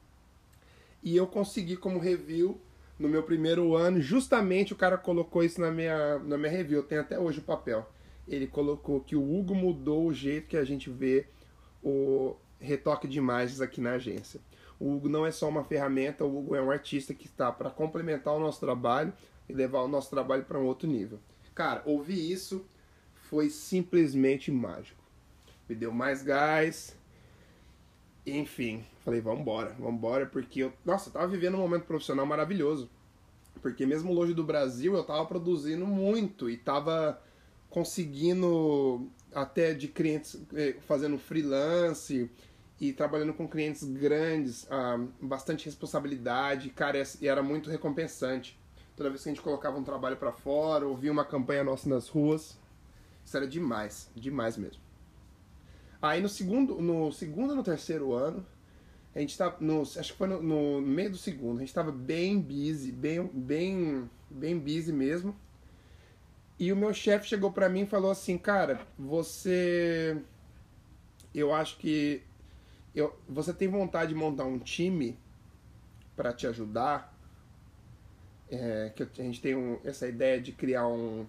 E eu consegui como review no meu primeiro ano, justamente o cara colocou isso na minha, na minha review, eu tenho até hoje o papel. Ele colocou que o Hugo mudou o jeito que a gente vê o retoque de imagens aqui na agência. O Hugo não é só uma ferramenta, o Hugo é um artista que está para complementar o nosso trabalho e levar o nosso trabalho para um outro nível. Cara, ouvir isso foi simplesmente mágico. Me deu mais gás. Enfim, falei, vambora, vambora, porque eu, nossa, eu tava vivendo um momento profissional maravilhoso. Porque mesmo longe do Brasil, eu tava produzindo muito e tava conseguindo até de clientes, fazendo freelance e trabalhando com clientes grandes, ah, bastante responsabilidade, cara, e era muito recompensante. Toda vez que a gente colocava um trabalho pra fora, ouvia uma campanha nossa nas ruas, isso era demais, demais mesmo. Aí no segundo, no segundo e no terceiro ano, a gente tava, no, acho que foi no, no meio do segundo, a gente tava bem busy, bem, bem, bem busy mesmo. E o meu chefe chegou pra mim e falou assim, cara, você, eu acho que eu, você tem vontade de montar um time pra te ajudar? É, que a gente tem um, essa ideia de criar um,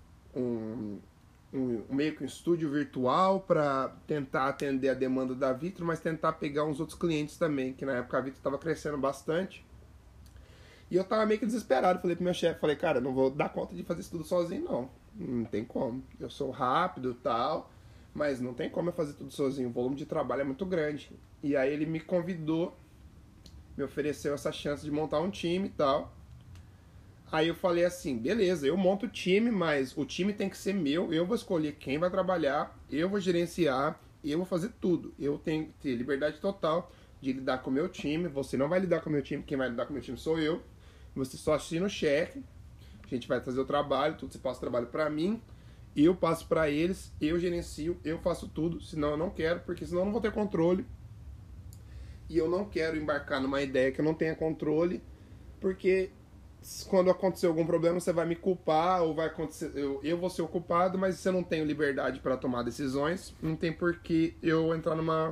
um Um, meio que um estúdio virtual para tentar atender a demanda da Vitro, mas tentar pegar uns outros clientes também, que na época a Vitro estava crescendo bastante. E eu tava meio que desesperado, falei pro meu chefe, falei, cara, não vou dar conta de fazer isso tudo sozinho não, não tem como. Eu sou rápido e tal, mas não tem como eu fazer tudo sozinho, o volume de trabalho é muito grande. E aí ele me convidou, me ofereceu essa chance de montar um time e tal. Aí eu falei assim, beleza, eu monto o time, mas o time tem que ser meu, eu vou escolher quem vai trabalhar, eu vou gerenciar, eu vou fazer tudo. Eu tenho que ter liberdade total de lidar com o meu time, você não vai lidar com o meu time, quem vai lidar com o meu time sou eu. Você só assina o cheque, a gente vai fazer o trabalho, tudo, você passa o trabalho pra mim, eu passo pra eles, eu gerencio, eu faço tudo, senão eu não quero, porque senão eu não vou ter controle. E eu não quero embarcar numa ideia que eu não tenha controle, porque quando acontecer algum problema você vai me culpar ou vai acontecer, eu, eu vou ser o culpado, mas se eu não tenho liberdade para tomar decisões, não tem por que eu entrar numa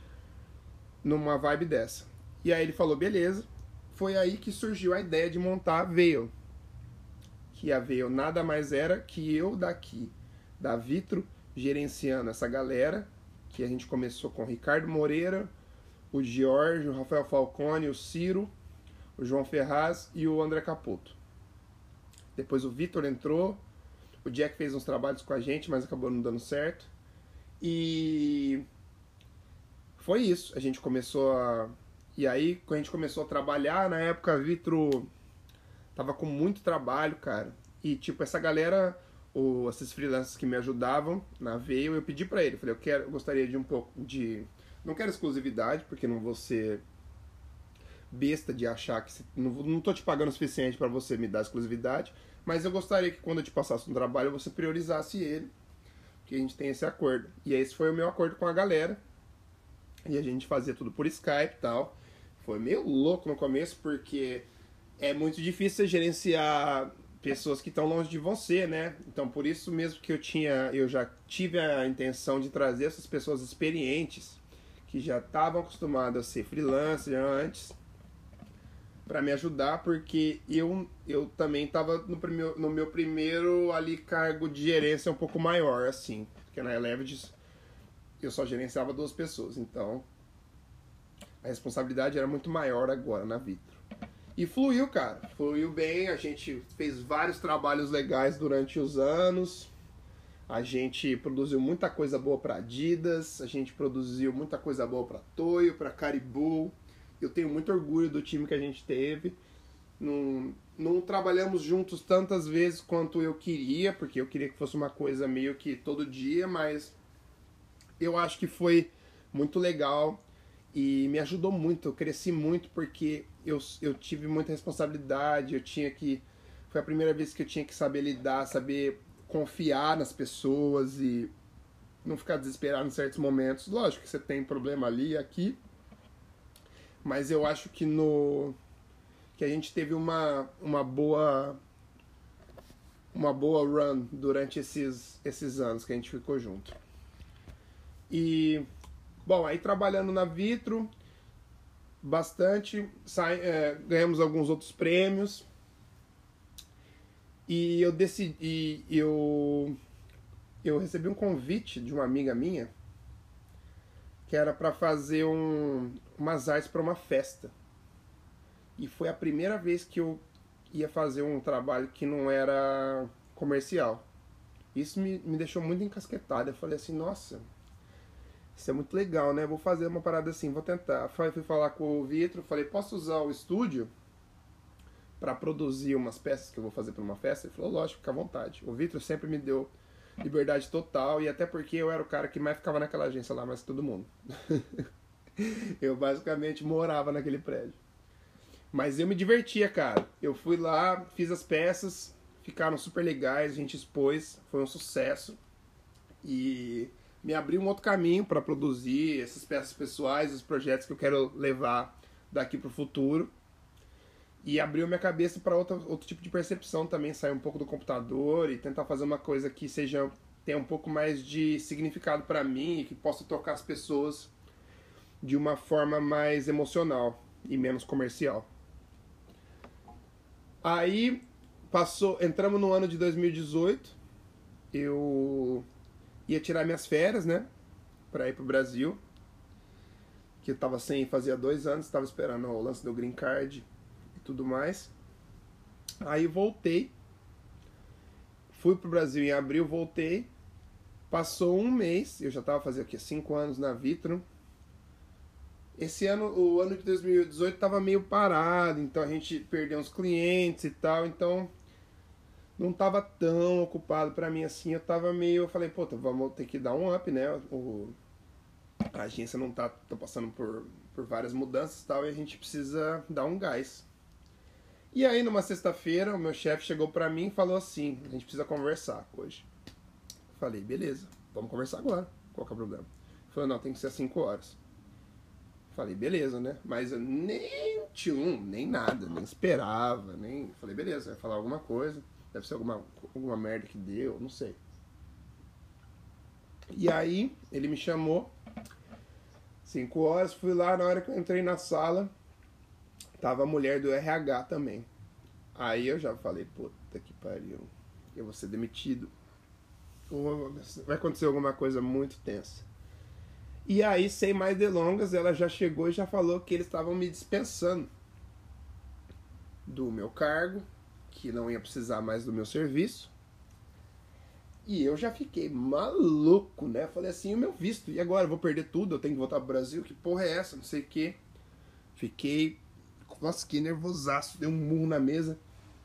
numa vibe dessa. E aí ele falou, beleza. Foi aí que surgiu a ideia de montar a Veil. Que a Veil nada mais era que eu daqui, da Vitro, gerenciando essa galera, que a gente começou com o Ricardo Moreira, o Giorgio, o Rafael Falcone, o Ciro, o João Ferraz e o André Caputo. Depois o Vitor entrou, o Jack fez uns trabalhos com a gente, mas acabou não dando certo. E foi isso, a gente começou a... E aí, quando a gente começou a trabalhar, na época a Vitro tava com muito trabalho, cara. E tipo, essa galera, ou esses freelancers que me ajudavam na Veio, eu pedi pra ele, falei, eu, quero, eu gostaria de um pouco de... Não quero exclusividade, porque não vou ser besta de achar que você, não, não tô te pagando o suficiente para você me dar exclusividade, mas eu gostaria que quando eu te passasse um trabalho você priorizasse ele, que a gente tem esse acordo. E esse foi o meu acordo com a galera, e a gente fazia tudo por Skype e tal. Foi meio louco no começo, porque é muito difícil você gerenciar pessoas que estão longe de você, né? Então por isso mesmo que eu tinha, eu já tive a intenção de trazer essas pessoas experientes, que já estavam acostumadas a ser freelancer antes, para me ajudar, porque eu, eu também estava no, no meu primeiro ali cargo de gerência um pouco maior, assim, porque na Elevides eu só gerenciava duas pessoas, então a responsabilidade era muito maior agora na Vitro. E fluiu, cara, fluiu bem, a gente fez vários trabalhos legais durante os anos, a gente produziu muita coisa boa para Adidas, a gente produziu muita coisa boa para Toyo, para Caribou. Eu tenho muito orgulho do time que a gente teve. Não, não trabalhamos juntos tantas vezes quanto eu queria, porque eu queria que fosse uma coisa meio que todo dia, mas eu acho que foi muito legal e me ajudou muito. Eu cresci muito porque eu, eu tive muita responsabilidade, eu tinha que Foi a primeira vez que eu tinha que saber lidar, saber confiar nas pessoas e não ficar desesperado em certos momentos. Lógico que você tem problema ali e aqui, mas eu acho que no que a gente teve uma, uma boa uma boa run durante esses, esses anos que a gente ficou junto. E, bom, aí trabalhando na Vitro, bastante, sai, é, ganhamos alguns outros prêmios, e eu decidi, eu, eu recebi um convite de uma amiga minha, que era para fazer um, umas artes para uma festa. E foi a primeira vez que eu ia fazer um trabalho que não era comercial. Isso me, me deixou muito encasquetado. Eu falei assim, nossa, isso é muito legal, né? Vou fazer uma parada assim, vou tentar. Fui falar com o Vitro, falei, posso usar o estúdio para produzir umas peças que eu vou fazer para uma festa? Ele falou, lógico, fica à vontade. O Vitro sempre me deu liberdade total, e até porque eu era o cara que mais ficava naquela agência lá, mais que todo mundo. Eu basicamente morava naquele prédio. Mas eu me divertia, cara. Eu fui lá, fiz as peças, ficaram super legais, a gente expôs, foi um sucesso. E me abriu um outro caminho para produzir essas peças pessoais, os projetos que eu quero levar daqui pro futuro. E abriu minha cabeça para outro, outro tipo de percepção também, sair um pouco do computador e tentar fazer uma coisa que seja tenha um pouco mais de significado para mim e que possa tocar as pessoas de uma forma mais emocional e menos comercial. Aí passou, entramos no ano de dois mil e dezoito, eu ia tirar minhas férias, né, para ir pro Brasil, que eu tava sem fazia dois anos, tava esperando o lance do Green Card e tudo mais. Aí voltei, fui pro Brasil em abril, voltei, passou um mês, eu já tava fazendo aqui cinco anos na Vitro. Esse ano, o ano de dois mil e dezoito tava meio parado, então a gente perdeu uns clientes e tal, então não tava tão ocupado pra mim assim, eu tava meio, eu falei, pô, vamos ter que dar um up, né, o, a agência não tá, tá passando por, por várias mudanças e tal, e a gente precisa dar um gás. E aí, numa sexta-feira, o meu chefe chegou pra mim e falou assim, a gente precisa conversar hoje. Falei, beleza, vamos conversar agora, qual que é o problema? Ele falou, não, tem que ser às cinco horas. Falei, beleza, né? Mas eu nem tchum, nem nada, nem esperava, nem... Falei, beleza, vai falar alguma coisa, deve ser alguma, alguma merda que deu, não sei. E aí, ele me chamou, cinco horas, fui lá, na hora que eu entrei na sala, tava a mulher do R H também. Aí eu já falei, puta que pariu, eu vou ser demitido. Vai acontecer alguma coisa muito tensa. E aí, sem mais delongas, ela já chegou e já falou que eles estavam me dispensando do meu cargo, que não ia precisar mais do meu serviço. E eu já fiquei maluco, né? Falei assim, o meu visto, e agora? Eu vou perder tudo, eu tenho que voltar pro Brasil? Que porra é essa? Não sei o quê. Fiquei, nossa, que nervosaço, dei um murro na mesa.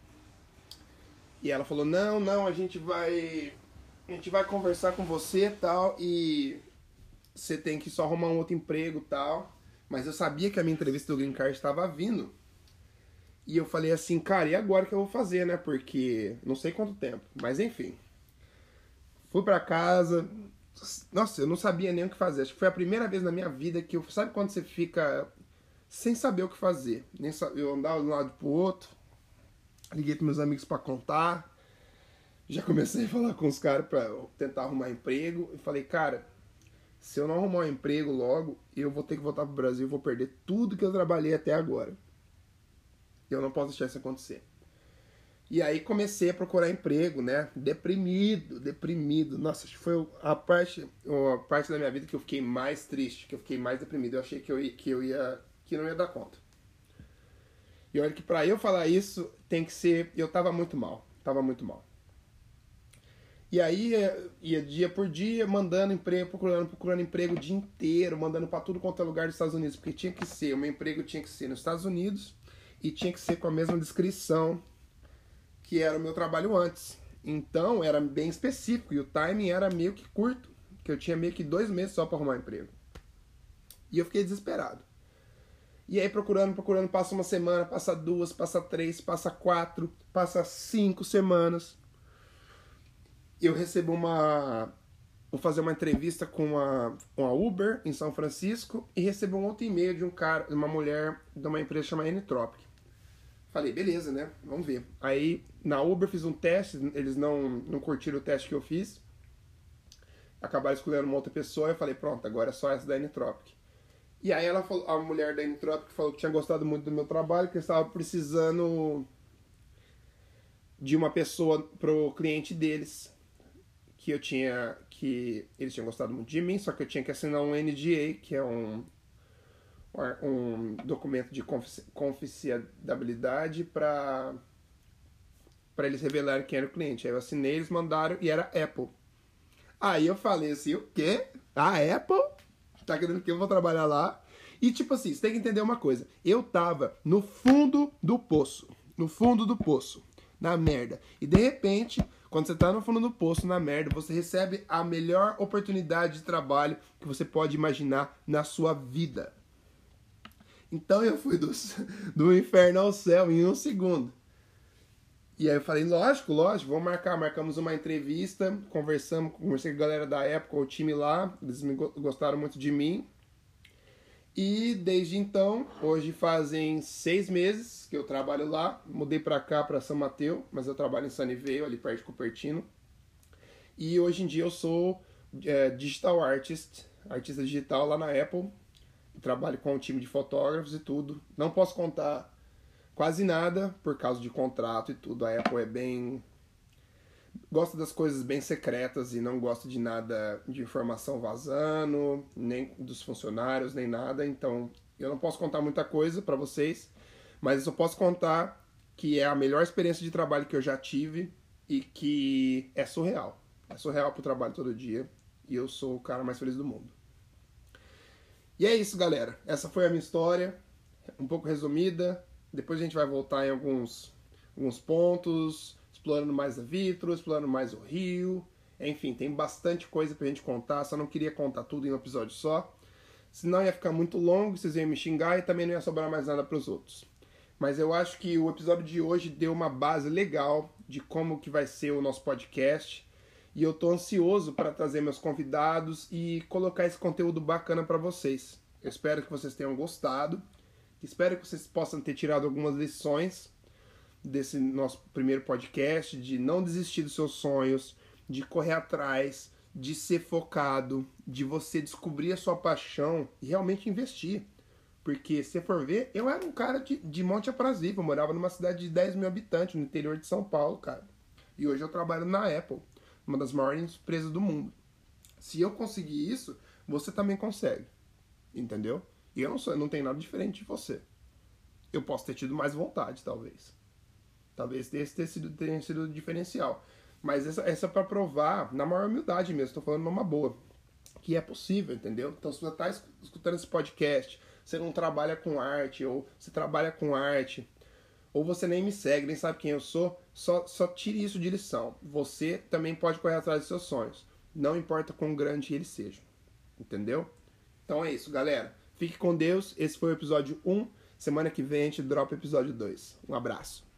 E ela falou, não, não, a gente vai... A gente vai conversar com você e tal, e... você tem que só arrumar um outro emprego e tal. Mas eu sabia que a minha entrevista do Green Card estava vindo. E eu falei assim, cara, e agora que eu vou fazer, né? Porque não sei quanto tempo. Mas enfim. Fui pra casa. Nossa, eu não sabia nem o que fazer. Acho que foi a primeira vez na minha vida que eu... Sabe quando você fica sem saber o que fazer? Eu andava de um lado pro outro. Liguei pros meus amigos pra contar. Já comecei a falar com os caras pra tentar arrumar emprego. E falei, cara... se eu não arrumar um emprego logo, eu vou ter que voltar pro Brasil e vou perder tudo que eu trabalhei até agora. Eu não posso deixar isso acontecer. E aí comecei a procurar emprego, né? Deprimido, deprimido. Nossa, acho que foi a parte, a parte da minha vida que eu fiquei mais triste, que eu fiquei mais deprimido. Eu achei que eu ia, que eu ia, que não ia dar conta. E olha que pra eu falar isso, tem que ser... Eu tava muito mal, tava muito mal. E aí ia dia por dia, mandando emprego, procurando, procurando emprego o dia inteiro, mandando para tudo quanto é lugar dos Estados Unidos, porque tinha que ser, o meu emprego tinha que ser nos Estados Unidos e tinha que ser com a mesma descrição que era o meu trabalho antes. Então era bem específico e o timing era meio que curto, que eu tinha meio que dois meses só para arrumar emprego. E eu fiquei desesperado. E aí procurando, procurando, passa uma semana, passa duas, passa três, passa quatro, passa cinco semanas. Eu recebo uma... Vou fazer uma entrevista com a, com a Uber em São Francisco e recebo um outro e-mail de um cara, de uma mulher de uma empresa chamada N-Tropic. Falei, beleza, né? Vamos ver. Aí na Uber fiz um teste, eles não, não curtiram o teste que eu fiz. Acabaram escolhendo uma outra pessoa e eu falei, pronto, agora é só essa da N-Tropic. E aí ela falou, a mulher da N-Tropic falou que tinha gostado muito do meu trabalho, que eu estava precisando de uma pessoa pro cliente deles, que eu tinha, que eles tinham gostado muito de mim, só que eu tinha que assinar um N D A, que é um, um documento de confidencialidade para para eles revelarem quem era o cliente. Aí eu assinei, eles mandaram e era Apple. Aí eu falei assim, o quê? A Apple? Tá querendo que eu vou trabalhar lá? E tipo assim, você tem que entender uma coisa. Eu tava no fundo do poço. No fundo do poço. Na merda. E de repente, quando você tá no fundo do poço, na merda, você recebe a melhor oportunidade de trabalho que você pode imaginar na sua vida. Então eu fui do, do inferno ao céu em um segundo. E aí eu falei, lógico, lógico, vamos marcar. Marcamos uma entrevista, conversamos, conversei com a galera da época, o time lá, eles me gostaram muito de mim. E desde então, hoje fazem seis meses que eu trabalho lá. Mudei pra cá, pra São Mateus, mas eu trabalho em Sunnyvale, ali perto de Cupertino. E hoje em dia eu sou é, digital artist, artista digital lá na Apple. Trabalho com um time de fotógrafos e tudo. Não posso contar quase nada por causa de contrato e tudo. A Apple é bem... gosta das coisas bem secretas e não gosta de nada de informação vazando, nem dos funcionários, nem nada. Então, eu não posso contar muita coisa pra vocês, mas eu só posso contar que é a melhor experiência de trabalho que eu já tive e que é surreal. É surreal pro trabalho todo dia e eu sou o cara mais feliz do mundo. E é isso, galera. Essa foi a minha história, um pouco resumida. Depois a gente vai voltar em alguns, alguns pontos, explorando mais a Vitro, explorando mais o Rio. Enfim, tem bastante coisa pra gente contar, só não queria contar tudo em um episódio só. Senão ia ficar muito longo, vocês iam me xingar e também não ia sobrar mais nada pros outros. Mas eu acho que o episódio de hoje deu uma base legal de como que vai ser o nosso podcast. E eu tô ansioso para trazer meus convidados e colocar esse conteúdo bacana para vocês. Eu espero que vocês tenham gostado. Espero que vocês possam ter tirado algumas lições desse nosso primeiro podcast, de não desistir dos seus sonhos, de correr atrás, de ser focado, de você descobrir a sua paixão e realmente investir. Porque, se for ver, eu era um cara de, de Monte Aprazível, eu morava numa cidade de dez mil habitantes, no interior de São Paulo, cara. E hoje eu trabalho na Apple, uma das maiores empresas do mundo. Se eu conseguir isso, você também consegue. Entendeu? E eu não, sou, eu não tenho nada diferente de você. Eu posso ter tido mais vontade, talvez. Talvez esse tenha sido, tenha sido o diferencial. Mas essa, essa é pra provar, na maior humildade mesmo, tô falando numa boa, que é possível, entendeu? Então, se você tá escutando esse podcast, você não trabalha com arte, ou você trabalha com arte, ou você nem me segue, nem sabe quem eu sou, só, só tire isso de lição. Você também pode correr atrás dos seus sonhos. Não importa quão grande eles sejam. Entendeu? Então é isso, galera. Fique com Deus. Esse foi o episódio um. Semana que vem a gente dropa o episódio dois. Um abraço.